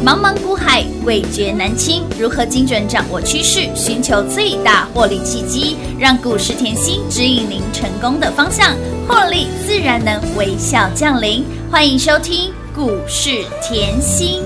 茫茫股海，味觉难清。如何精准掌握趋势，寻求最大获利契机，让股市甜心指引您成功的方向，获利自然能微笑降临。欢迎收听股市甜心。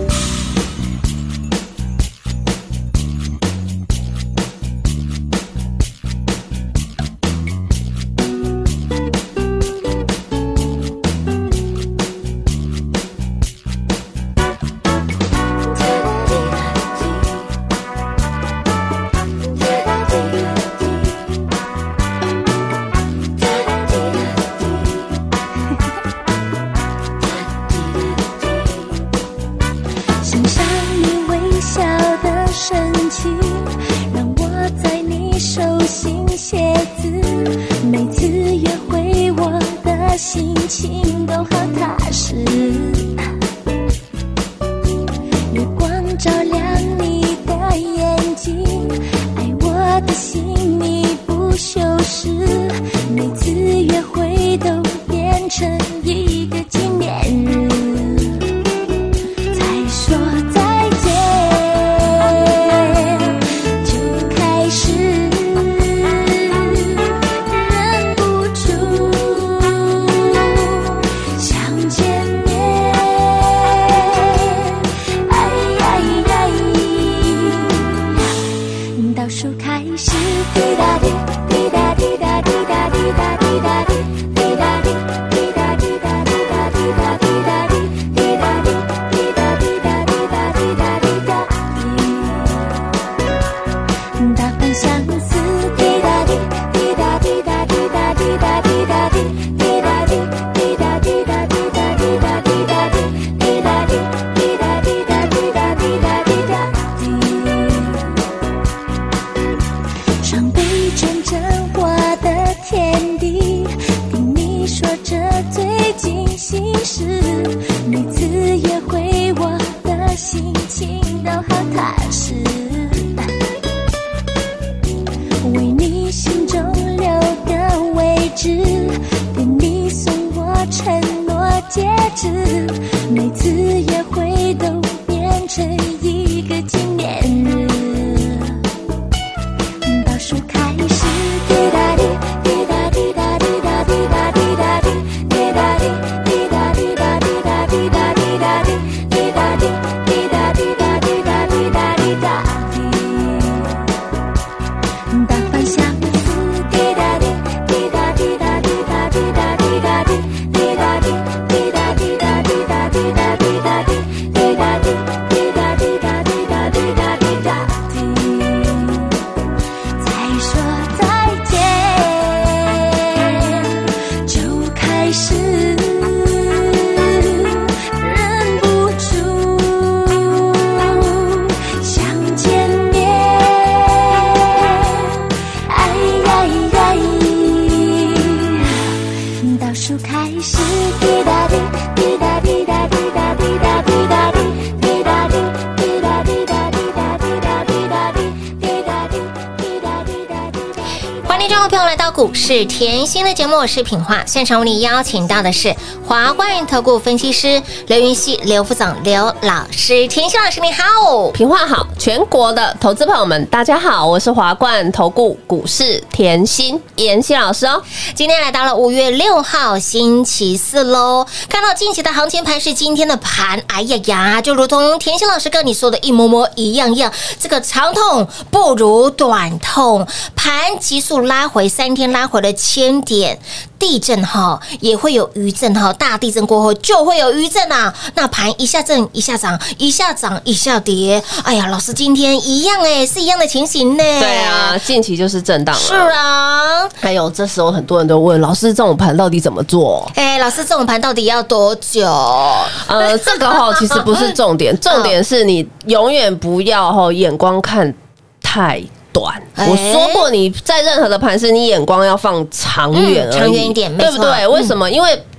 股市甜心的节目，我是品化，现场为你邀请到的是华冠投顾分析师刘云熙、刘副总、刘老师。甜心老师你好， 品化好，全国的投资朋友们大家好，我是华冠投顾股市甜心妍希老师哦。 今天来到了5月6号星期四喽，看到近期的行情盘是今天的盘，哎呀呀，就如同甜心老师跟你说的一模模一样样，这个长痛不如短痛，盘急速拉回3天。拉回了1000点，地震哈也会有余震哈，大地震过后就会有余震啊。那盘一下震一下涨，一下涨一下跌。哎呀，老师今天一样是一样的情形呢。 对啊，近期就是震荡了。 是啊， 还有这时候很多人都问老师，这种盘到底怎么做？ 老师这种盘到底要多久？ 这个其实不是重点，重点是你永远不要眼光看太短。我说过，你在任何的盘势，你眼光要放长远而已， 长远一点， 对不对？为什么？因为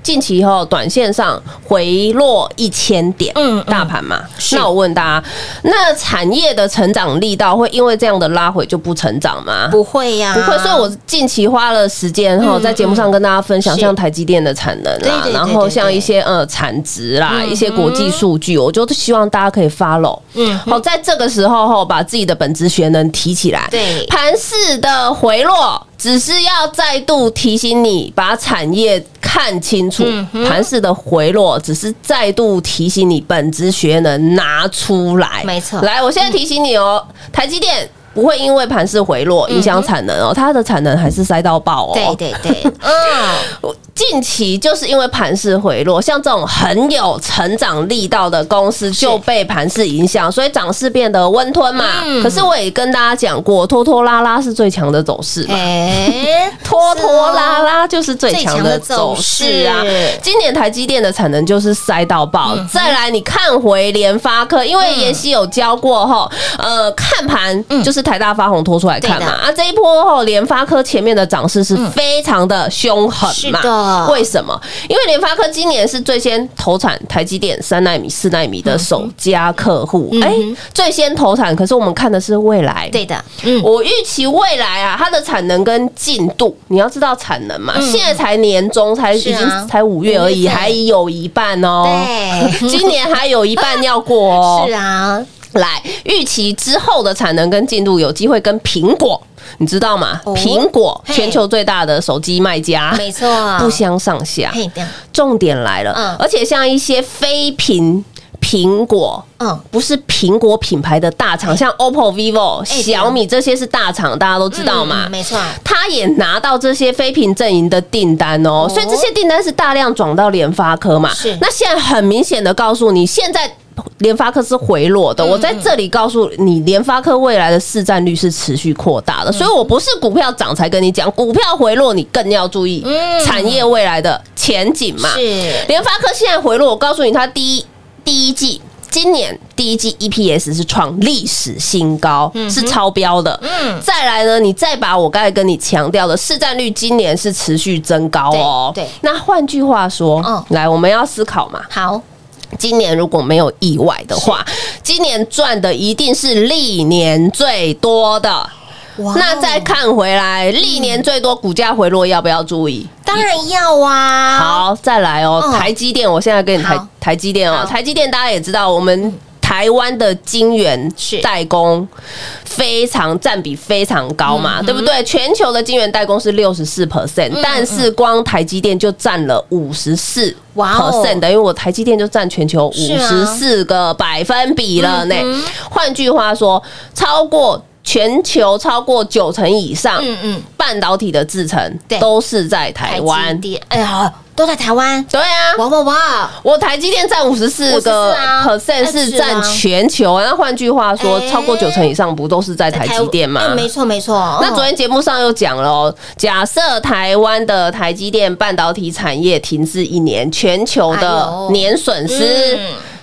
近期后短线上回落1000点，大盘嘛。那我问大家，那产业的成长力道会因为这样的拉回就不成长吗？ 不会呀， 不会。所以我近期花了时间在节目上跟大家分享，像台积电的产能啦，然后像一些产值啦，一些国际数据，我就希望大家可以 follow。好，在这个时候把自己的本职学能提起来。 对， 盘势的回落只是要再度提醒你把产业看清楚，盘势的回落只是再度提醒你本职学能拿出来。 没错， 来，我现在提醒你哦，台积电不会因为盘势回落影响产能哦，它的产能还是塞到爆哦。 对， 近期就是因为盘势回落，像这种很有成长力道的公司就被盘势影响，所以涨势变得温吞嘛。可是我也跟大家讲过，拖拖拉拉是最强的走势嘛。拖拖拉拉就是最强的走势啊。今年台积电的产能就是塞到爆。再来，你看回联发科，因为妍希有教过看盘就是台大发红拖出来看嘛。这一波联发科前面的涨势是非常的凶狠嘛。为什么？因为联发科今年是最先投产台积电3奈米、4奈米的首家客户，最先投产。可是我们看的是未来， 对的， 我预期未来啊，它的产能跟进度，你要知道产能嘛，现在才年中，已经才5月而已，还有一半哦，对，今年还有一半要过哦， 是啊。 来，预期之后的产能跟进度有机会跟苹果，你知道吗？苹果全球最大的手机卖家， 没错， 不相上下。重点来了，而且像一些非苹果，不是苹果品牌的大厂，像 OPPO、vivo、小米这些是大厂，大家都知道嘛。没错，他也拿到这些非屏阵营的订单哦，所以这些订单是大量转到联发科嘛。是，那现在很明显的告诉你，现在联发科是回落的，我在这里告诉你，联发科未来的市占率是持续扩大的，所以我不是股票涨才跟你讲，股票回落你更要注意产业未来的前景嘛。是，联发科现在回落，我告诉你，它第一季。今年第一季 EPS 是创历史新高，是超标的。再来呢，你再把我刚才跟你强调的市占率，今年是持续增高哦。对，那换句话说，来我们要思考嘛。好。今年如果没有意外的话，今年赚的一定是历年最多的。那再看回来，历年最多股价回落，要不要注意？ 当然要啊。好， 再来哦，台积电，我现在跟你台积电哦，台积电大家也知道，我们台湾的晶圆代工占比非常高嘛，对不对？全球的晶圆代工是64%，但是光台积电就占了54%，等于我台积电就占全球54个百分比了呢。换句话说，全球超过90%以上，半导体的制程都是在台湾。 哎呀，都在台湾。 对啊， 哇！ 我台积电占54%是占全球啊。那换句话说，超过90%以上不都是在台积电吗？ 没错。 那昨天节目上又讲了哦，假设台湾的台积电半导体产业停滞1年，全球的年损失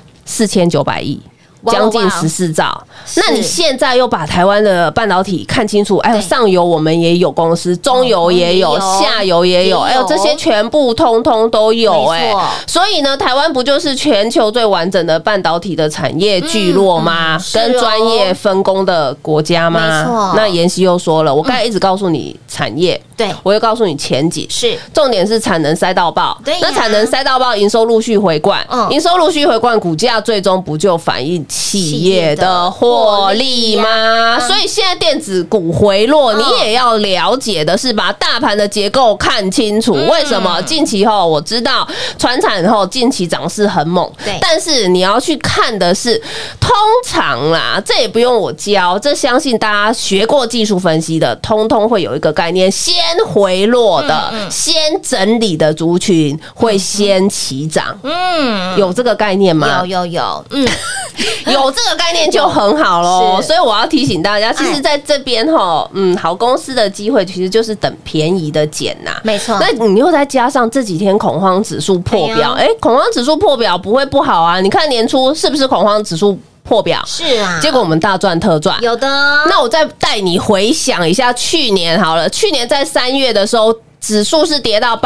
4900亿。将近14兆，那你现在又把台湾的半导体看清楚，哎呦，上游我们也有公司，中游也有，下游也有，哎呦，这些全部通通都有，所以呢，台湾不就是全球最完整的半导体的产业聚落吗？跟专业分工的国家吗？没错。那妍希又说了，我刚才一直告诉你产业，对，我又告诉你前景，是重点是产能塞到爆，那产能塞到爆，营收陆续回灌，营收陆续回灌，股价最终不就反映企业的获利吗？所以现在电子股回落，你也要了解的是把大盘的结构看清楚。为什么近期后我知道传产后近期涨势很猛，但是你要去看的是，通常啦，这也不用我教，这相信大家学过技术分析的，通通会有一个概念：先回落的、先整理的族群会先起涨。有这个概念吗？ 有。 有这个概念就很好咯。所以我要提醒大家，其实在这边好公司的机会其实就是等便宜的捡呐，没错。那你又再加上这几天恐慌指数破表，恐慌指数破表不会不好啊？你看年初是不是恐慌指数破表？是啊，结果我们大赚特赚，有的。那我再带你回想一下去年好了，去年在3月的时候。 指数是跌到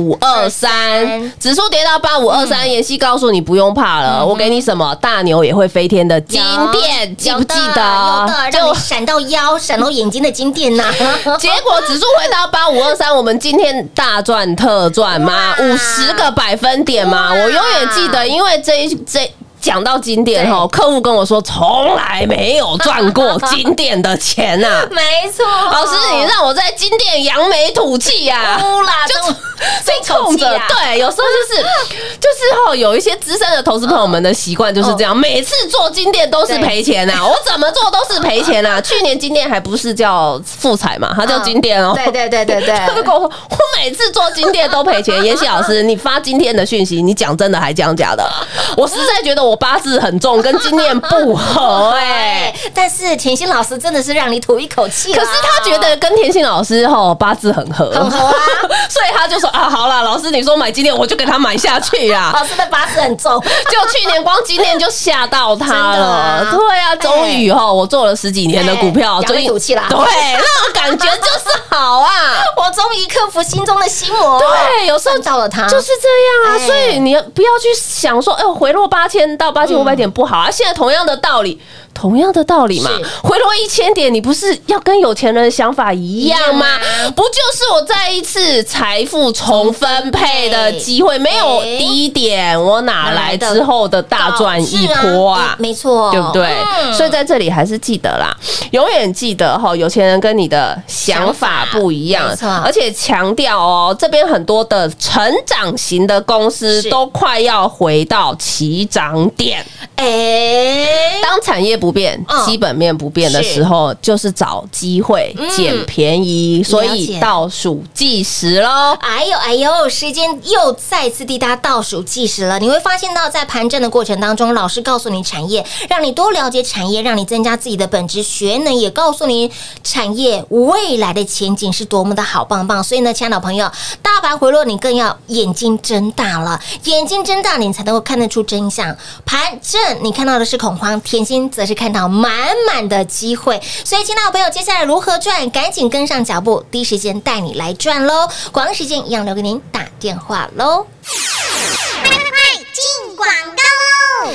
8523，指数跌到8523，妍希告诉你不用怕了，我给你什么大牛也会飞天的金店，记不记得？ 有的，让你闪到腰、闪到眼睛的金店呐。 结果指数回到8523，我们今天大赚特赚吗？50个百分点吗？我永远记得，因为这讲到金店哈，客户跟我说从来没有赚过金店的钱呐。 没错， 老师，你让我在金店扬眉吐气呀， 哭啦， 就冲着。对，有时候就是有一些资深的投资朋友们的习惯就是这样，每次做金店都是赔钱呐，我怎么做都是赔钱呐。去年金店还不是叫富彩嘛，它叫金店哦。 对， 他就跟我说，我每次做金店都赔钱。妍希老师，你发今天的讯息，你讲真的还讲假的？我实在觉得我八字很重，跟金店不合但是甜心老师真的是让你吐一口气。 可是他觉得跟甜心老师八字很合， 很合啊， 所以他就说啊，好啦，老师你说买金店，我就给他买下去啦。 老师的八字很重， 就去年光金店就吓到他了。对啊，终于我做了10几年的股票， 扬眉吐气啦。 对，那种感觉就是好啊， 我终于克服心中的心魔。 对，有时候到了他就是这样啊，所以你不要去想说，回落8000到8500点不好啊。现在同样的道理嘛，回落1000点，你不是要跟有钱人的想法一样吗？不就是我再一次财富重分配的机会？没有低点，我哪来之后的大赚一波啊？ 没错， 对不对？所以在这里还是记得啦，永远记得有钱人跟你的想法不一样，而且强调这边很多的成长型的公司都快要回到起涨点。当产业不变、基本面不变的时候，就是找机会捡便宜，所以倒数计时喽。 哎呦，时间又再次抵达倒数计时了。你会发现到在盘整的过程当中，老师告诉你产业，让你多了解产业，让你增加自己的本质学能，也告诉你产业未来的前景是多么的好棒棒。所以呢，亲爱的朋友，大盘回落你更要眼睛睁大了，眼睛睁大你才能够看得出真相。盘正你看到的是恐慌，甜心则是看到满满的机会。所以亲爱的朋友，接下来如何赚？赶紧跟上脚步，第一时间带你来赚喽！广告时间一样留给您打电话喽。快进广告喽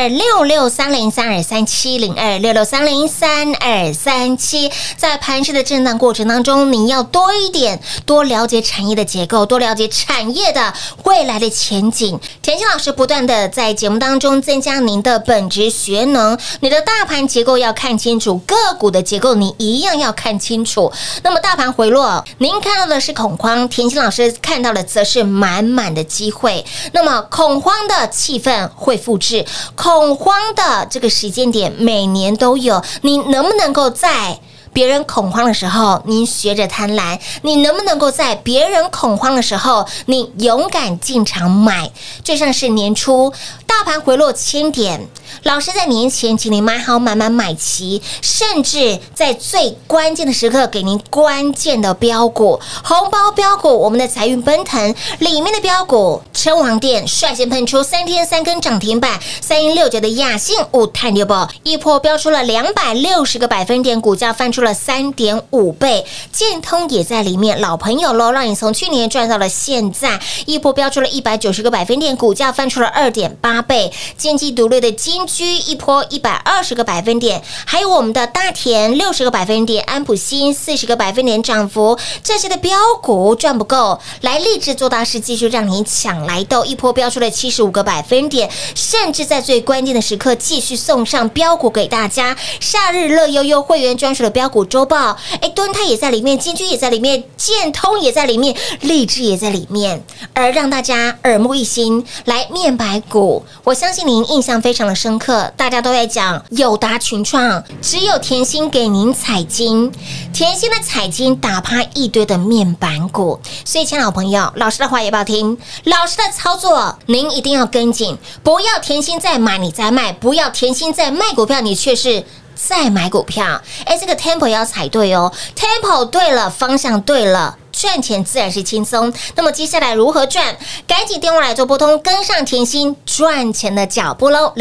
！0266303237，0266303237。在盘势的震荡过程当中，你要多一点，多了解产业的结构，多了解产业的未来的前景。甜心老师不断的在节目当中增加您的本质学能，你的大盘结构要看清楚，个股的结构你一样要看清楚。那么大盘回落，您看到的是恐慌，甜心老师看到的则是满满的机会。那么恐慌的气氛会复制，恐慌的这个时间点每年都有，你能不能够在别人恐慌的时候，你学着贪婪？你能不能够在别人恐慌的时候，你勇敢进场买？就像是年初大盘回落1000点，老师在年前请你买好买满买齐，甚至在最关键的时刻给您关键的标股，红包标股，我们的财运奔腾里面的标股，称王店率先喷出3天3根涨停板，3169的雅信5.6%，一波飙出了260个百分点，股价翻出了3.5倍，建通也在里面，老朋友咯，让你从去年赚到了现在，一波飙出了190个百分点，股价翻出了2.8倍，金鸡独立的金居一波120个百分点，还有我们的大田60个百分点，安普新40个百分点涨幅，这些的标股赚不够，来立志做大事，继续让你抢来斗，一波飙出了75个百分点，甚至在最关键的时刻继续送上标股给大家，夏日乐悠悠会员专属的标股周报，敦泰也在里面，金居也在里面，建通也在里面，立志也在里面，而让大家耳目一新，来面白股，我相信您印象非常的深刻，大家都在讲友达群创，只有甜心给您彩金，甜心的彩金打趴一堆的面板股，所以亲爱的朋友，老师的话也不要听，老师的操作您一定要跟紧，不要甜心在买你在卖，不要甜心在卖股票你却是再买股票，这个 tempo 要踩对哦 ，tempo 对了，方向对了，赚钱自然是轻松。那么接下来如何赚？赶紧电话来做拨通，跟上甜心赚钱的脚步喽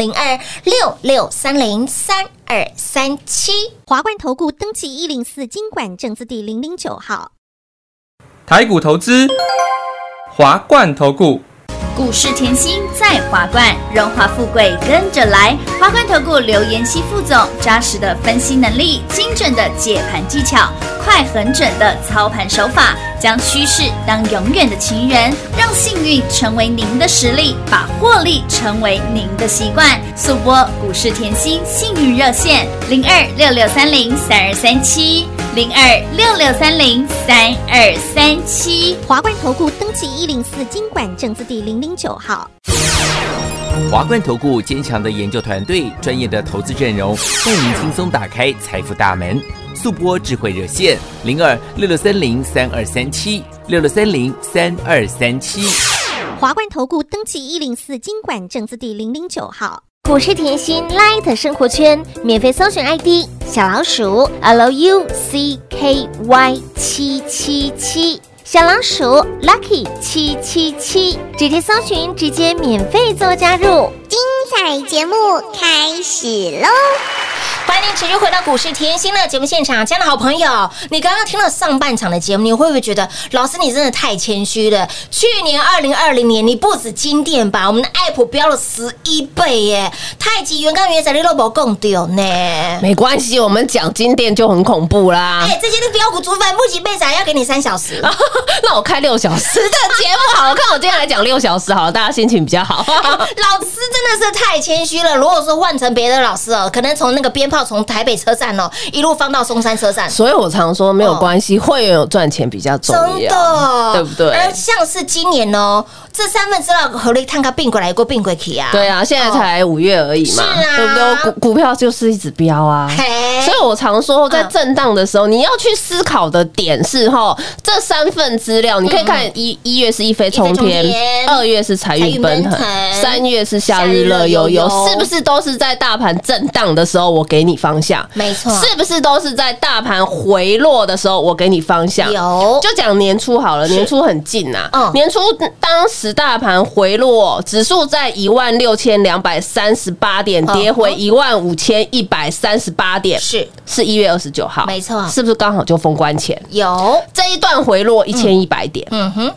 ！0266303237， 华冠投顾登记104金管证字第009号。 台股投资，华冠投顾。 股市甜心在华冠，荣华富贵跟着来。华冠投顾刘妍希副总，扎实的分析能力，精准的解盘技巧，快很准的操盘手法，将趋势当永远的情人，让幸运成为您的实力，把获利成为您的习惯。速播股市甜心幸运热线0266303237。0266303237。 华冠投顾登记104金管证字第009号。 华冠投顾坚强的研究团队，专业的投资阵容，带您轻松打开财富大门。速播智慧热线0266303237，66303237。 华冠投顾登记104金管证字第009号。 股市甜心 Light 生活圈免费搜寻 ID 小老鼠 LUCKY777，小老鼠 Lucky 777，直接搜寻，直接免费做加入。 精彩节目开始喽！ 欢迎您持续回到股市甜心的节目现场，亲爱的好朋友，你刚刚听了上半场的节目，你会不会觉得老师你真的太谦虚了？去年2020年你不止金店吧，我们的爱普飙了11倍耶，太极元刚元仔你都没更丢呢。 没关系，我们讲金店就很恐怖啦。 这些的标股主反不及被宰，要给你3小时。 那我开6小时的节目好，我看我今天来讲6小时好了，大家心情比较好。 老师真的是太谦虚了。如果说换成别的老师可能从那个鞭炮从台北车站一路放到松山车站， 所以我常说没有关系，会员有赚钱比较重要， 真的， 对不对？ 而像是今年这3/2合力探个并轨来过并轨去啊， 对啊，现在才5月而已嘛， 是啊， 对不对？股票就是一直飙啊，所以我常说在震荡的时候，你要去思考的点是这3份资料，你可以看1月是一飞冲天，2月是财运奔腾，3月是夏日乐悠悠，是不是都是在大盘震荡的时候我给你方向？ 没错， 是不是都是在大盘回落的时候我给你方向？ 有， 就讲年初好了，年初很近啊，年初当时大盘回落，指数在16238点，跌回15138点，是1月29号， 没错， 是不是刚好就封关前？ 有这一段回落1100点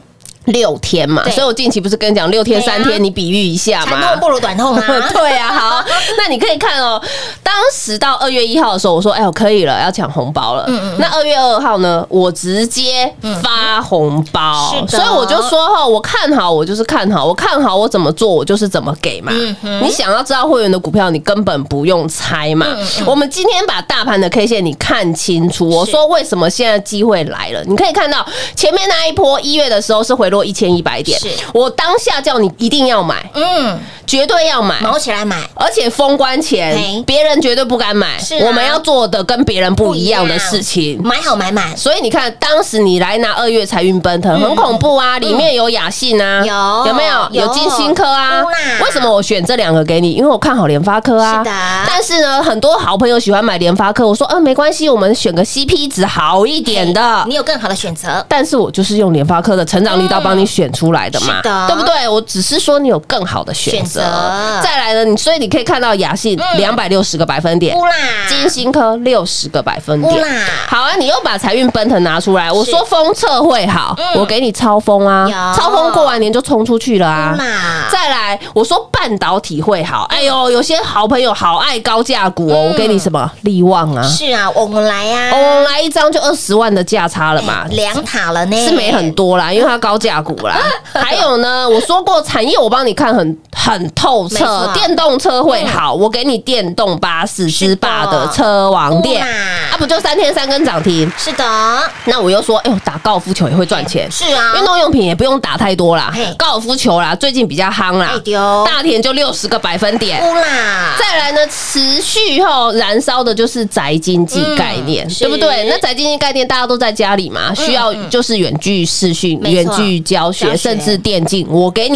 ，6天嘛，所以我近期不是跟你讲6天3天，你比喻一下嘛， 长痛不如短痛啊。 对啊，好，那你可以看当时到2月1号的时候，我说我可以了，要抢红包了。那2月2号呢，我直接发红包，所以我就说我看好，我就是看好，我看好我怎么做，我就是怎么给嘛。你想要知道会员的股票，你根本不用猜嘛。我们今天把大盘的 K 线你看清楚，我说为什么现在机会来了？你可以看到前面那一波1月的时候是回落1100点，我当下叫你一定要买，绝对要买， 毛起来买， 而且封关前别人绝对不敢买，我们要做的跟别人不一样的事情， 买好买满。 所以你看，当时你来拿2月财运奔腾，很恐怖啊，里面有雅信啊，有没有？有金星科啊？为什么我选这2个给你？因为我看好联发科啊。 是的。 但是呢，很多好朋友喜欢买联发科，我说没关系，我们选个 CP 值好一点的， 你有更好的选择。 但是我就是用联发科的成长力道帮你选出来的嘛，对不对？我只是说你有更好的选择。再来呢，所以你可以看到雅信260个百分点，金星科60个百分点。好啊，你又把财运奔腾拿出来，我说封测会好，我给你超封啊，超封过完年就冲出去了啊。再来，我说半导体会好，有些好朋友好爱高价股我给你什么力旺啊？ 是啊，我们来啊， 我们来一张就20万的价差了嘛 ，2塔了呢， 是没很多啦，因为它高价股啦。还有呢，我说过产业我帮你看很透彻，电动车会好，我给你电动巴士之霸的车王店不就3天3根涨停？ 是的。 那我又说，打高尔夫球也会赚钱， 是啊， 运动用品也不用打太多啦，高尔夫球啦，最近比较夯啦，大田就60个百分点。再来呢，持续燃烧的就是宅经济概念，对不对？那宅经济概念大家都在家里嘛，需要就是远距视讯、远距教学，甚至电竞，我给你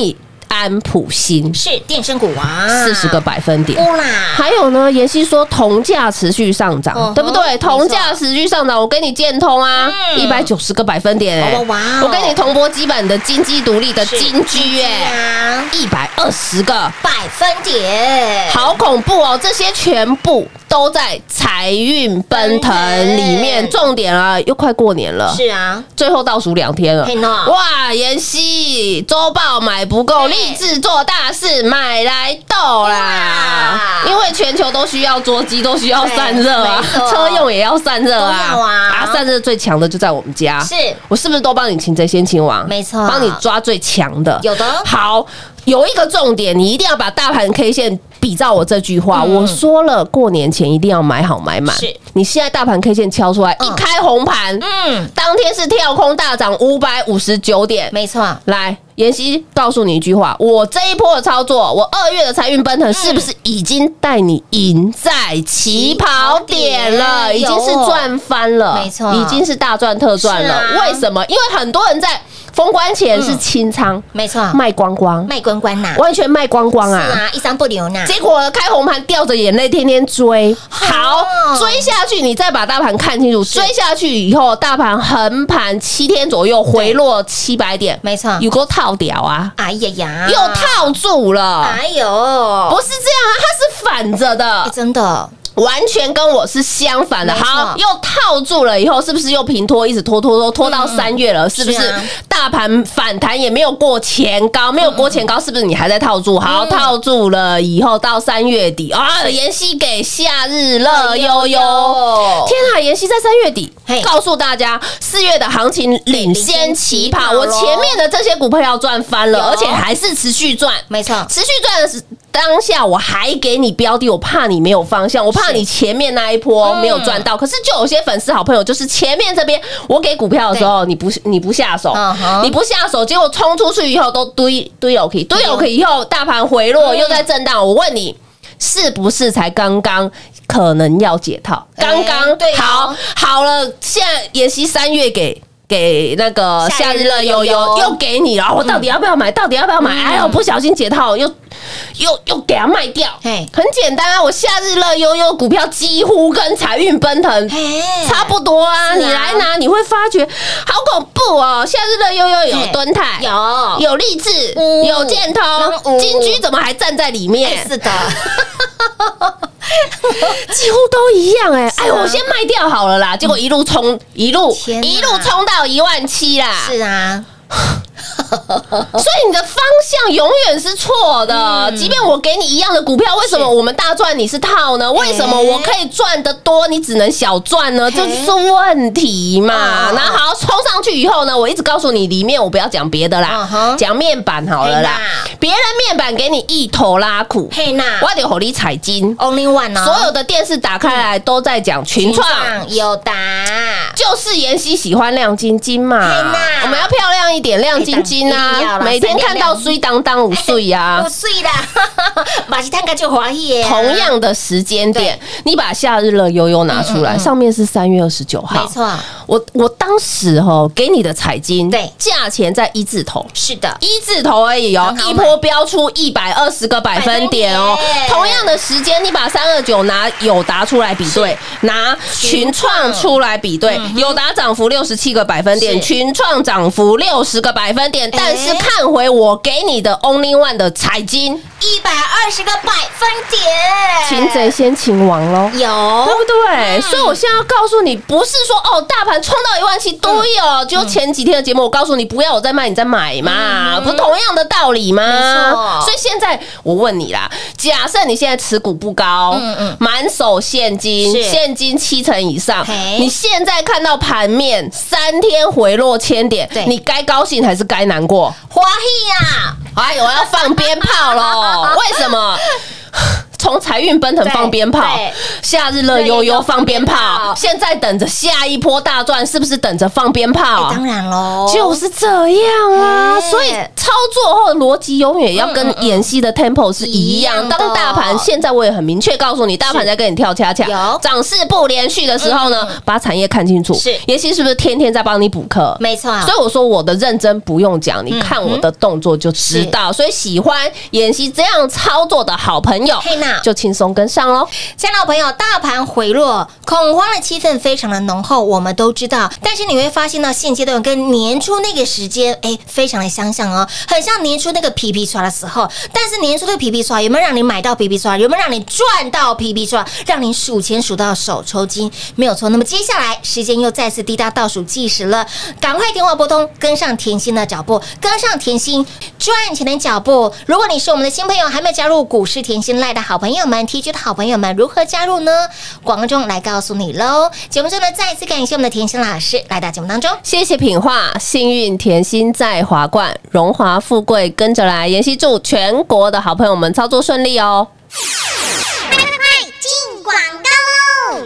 安普新是电声股啊 ，40个百分点。 啦， 还有呢，妍希说铜价持续上涨，对不对？铜价持续上涨，我给你建通啊，190个百分点哇！ 我给你铜箔基板的金鸡独立的金居120个百分点， 好恐怖哦！这些全部都在财运奔腾里面。重点啊，又快过年了， 是啊， 最后倒数2天了。 嘿喏哇，妍希周报买不够，立志做大事，买来斗啦！因为全球都需要桌机，都需要散热啊，车用也要散热啊，散热最强的就在我们家。 是我是不是都帮你擒贼先擒王？ 没错， 帮你抓最强的。 有的好。有一个重点，你一定要把大盘 K 线比照我这句话。我说了，过年前一定要买好买满。是，你现在大盘 K 线敲出来，一开红盘，当天是跳空大涨559点， 没错。 来，妍希告诉你一句话，我这一波的操作，我2月的财运奔腾，是不是已经带你赢在起跑点了？已经是赚翻了， 没错， 已经是大赚特赚了。为什么？因为很多人在封关前是清仓， 没错， 卖光光， 卖光光呐， 完全卖光光啊！ 是啊，一张不留呐。 结果开红盘，掉着眼泪，天天追，好追下去，你再把大盘看清楚。追下去以后，大盘横盘7天左右，回落700点， 没错， 有够套屌啊！ 哎呀呀， 又套住了！ 哎呦， 不是这样啊，它是反着的， 真的。 完全跟我是相反的。好，又套住了以后，是不是又平拖，一直拖到3月了？是不是？大盘反弹也没有过前高，没有过前高，是不是你还在套住？好，套住了以后到3月底啊，妍希给夏日乐悠悠。天啊，妍希在3月底告诉大家，4月的行情领先起跑，我前面的这些股票要赚翻了，而且还是持续赚。 没错， 持续赚的是。当下我还给你标的，我怕你没有方向，我怕你前面那一波没有赚到。可是就有些粉丝好朋友，就是前面这边我给股票的时候，你不下手，你不下手，结果冲出去以后都堆 OK 以后，大盘回落又在震荡。我问你，是不是才刚刚可能要解套？刚刚好了，现在妍希3月给那个夏日乐悠悠又给你了，我到底要不要买？哎呦，不小心解套又给它卖掉。很简单啊，我夏日乐悠悠股票几乎跟财运奔腾差不多啊，你来拿你会发觉好恐怖哦。夏日乐悠悠有敦泰，有励志，有建通，金居怎么还站在里面？ 是的。 几乎都一样哎，我先卖掉好了啦，结果一路冲到17000啦， 是啊。 所以你的方向永远是错的，即便我给你一样的股票，为什么我们大赚你是套呢？为什么我可以赚得多，你只能小赚呢？这是问题嘛。那好，冲上去以后呢，我一直告诉你，里面我不要讲别的啦，讲面板好了啦。别人面板给你一头拉苦，我得火力彩金 ，Only One 哦。 所有的电视打开来都在讲群创， 有答， 就是妍希喜欢亮晶晶嘛。我们要漂亮一点，亮晶晶啊，每天看到水当当5岁呀 ，5岁啦，马西探个就华裔。 同样的时间点，你把夏日乐悠悠拿出来，上面是3月29号， 没错。 我当时给你的彩金，对，价钱在1字头， 是的 ，1字头而已哦，一波飙出120个百分点哦。同样的时间，你把329拿友达出来比对，拿群创出来比对，友达涨幅67个百分点，群创涨幅60个百分点，但是看回我给你的 Only One 的彩金 120个百分点， 擒贼先擒王咯， 有对不对？所以我现在要告诉你，不是说大盘冲到17000都有，就前几天的节目我告诉你不要我再卖你再买嘛，不同样的道理吗？所以现在我问你啦，假设你现在持股不高，满手现金70%以上，你现在看到盘面3天回落1000点，你该高兴还是该难过？ 欢喜呀！ 哎，我要放鞭炮喽！为什么从财运奔腾放鞭炮，夏日乐悠悠放鞭炮，现在等着下一波大赚，是不是等着放鞭炮？ 当然喽， 就是这样啊。所以操作后的逻辑永远要跟妍希的 tempo 是一样。当大盘现在我也很明确告诉你，大盘在跟你跳恰恰，涨势不连续的时候呢，把产业看清楚。是妍希是不是天天在帮你补课？ 没错。 所以我说我的认真不用讲，你看我的动作就知道。所以喜欢妍希这样操作的好朋友，就轻松跟上喽。 亲爱的朋友，大盘回落，恐慌的气氛非常的浓厚，我们都知道。但是你会发现到现阶段跟年初那个时间，非常的相像哦，很像年初那个皮皮刷的时候。但是年初那个皮皮刷有没有让你买到皮皮刷？有没有让你赚到皮皮刷？让你数钱数到手抽筋？没有错。那么接下来时间又再次滴答倒数计时了，赶快电话拨通，跟上甜心的脚步，跟上甜心赚钱的脚步。如果你是我们的新朋友，还没有加入股市甜心赖的好朋友们，TG的好朋友们，如何加入呢？广告中来告诉你喽。节目中呢，再次感谢我们的甜心老师来到节目当中， 谢谢品画，幸运甜心在华冠，荣华富贵跟着来。妍希祝全国的好朋友们操作顺利哦。 进广告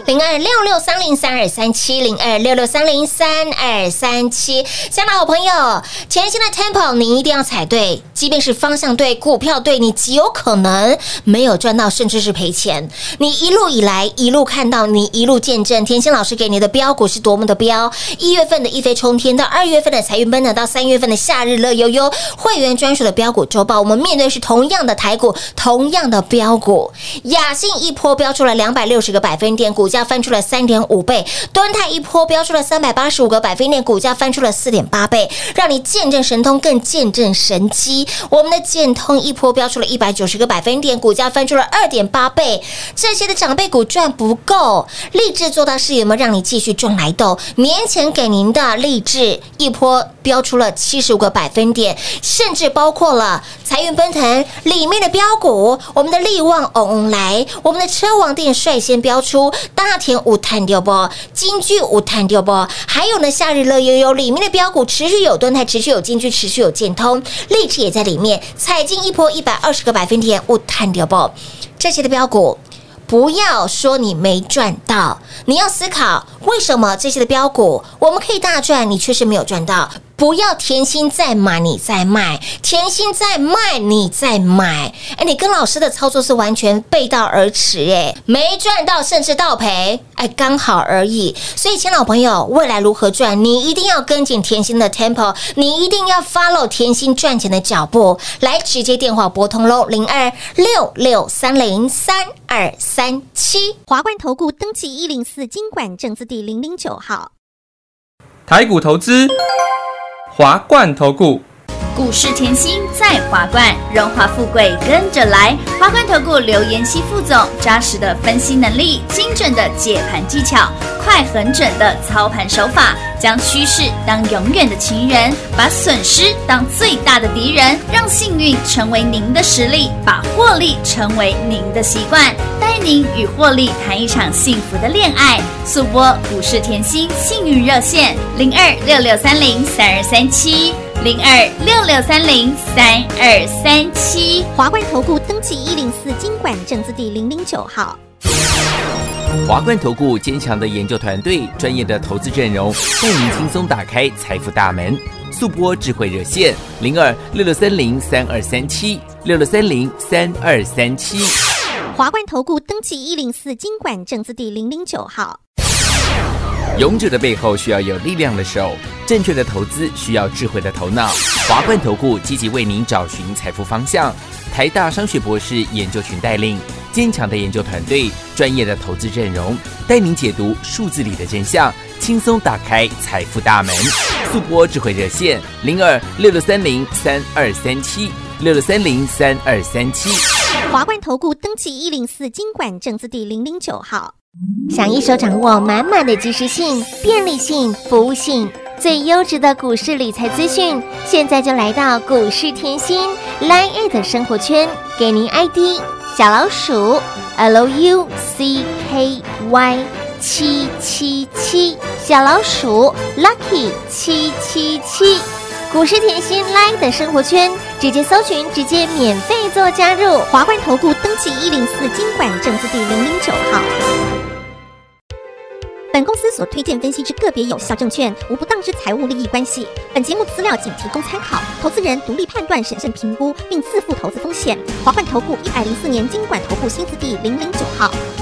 02663032370266303237，亲爱的好朋友，甜心的 tempo 你一定要踩对，即便是方向对，股票对，你极有可能没有赚到，甚至是赔钱。你一路以来一路看到，你一路见证甜心老师给你的标股是多么的标。1月份的一飞冲天，到2月份的财运奔腾，到3月份的夏日乐悠悠，会员专属的标股周报，我们面对是同样的台股，同样的标股。雅信一波标出了260个百分点，股价翻出了3.5倍；敦泰一波标出了385个百分点，股价翻出了4.8倍，让你见证神通，更见证神机。我们的建通一波标出了190个百分点，股价翻出了2.8倍。这些的长辈股赚不够，励志做大事有没有让你继续赚来斗？年前给您的励志一波标出了75个百分点，甚至包括了财运奔腾里面的标股，我们的力旺来，我们的车王店率先标出，大田有赚到不？金居有赚到不？还有呢，夏日乐悠悠里面的标股持续有敦泰，持续有金居，持续有建通，励志也在里面，彩金一波120个百分点有赚到不？这些的标股。不要说你没赚到，你要思考为什么这些的标股我们可以大赚，你却是没有赚到。不要甜心在买你在卖，甜心在卖你在买，你跟老师的操作是完全背道而驰，没赚到甚至倒赔，刚好而已。所以亲爱的朋友，未来如何赚，你一定要跟紧甜心的 tempo， 你一定要 follow 甜心赚钱的脚步，来直接电话拨通喽，0266303237。 华冠投顾登记104金管证字第009号。 台股投资，华冠投顾。 股市甜心在华冠，荣华富贵跟着来。华冠投顾刘妍希副总，扎实的分析能力，精准的解盘技巧，快很准的操盘手法，将趋势当永远的情人，把损失当最大的敌人，让幸运成为您的实力，把获利成为您的习惯，带您与获利谈一场幸福的恋爱。速播股市甜心幸运热线0266303237。0266303237， 华冠投顾登记104金管证字第009号。 华冠投顾坚强的研究团队，专业的投资阵容，带您轻松打开财富大门。速播智慧热线0266303237，66303237。 华冠投顾登记104金管证字第009号。 勇者的背后需要有力量的手，正确的投资需要智慧的头脑。华冠投顾积极为您找寻财富方向，台大商学博士研究群带领，坚强的研究团队，专业的投资阵容，带您解读数字里的真相，轻松打开财富大门。速播智慧热线0266303237，66303237。 华冠投顾登记104金管证字第009号。 想一手掌握满满的及时性、便利性、服务性，最优质的股市理财资讯，现在就来到股市甜心 LINE@ 的生活圈，给您 ID 小老鼠 LUCKY777，小老鼠 Lucky 777。 股市甜心 Line 的生活圈，直接搜寻，直接免费做加入。 华冠投顾登记104金管证字第009号。本公司所推荐分析之个别有效证券，无不当之财务利益关系。本节目资料仅提供参考，投资人独立判断、审慎评估，并自负投资风险。华冠投顾104年金管投顾新字第009号。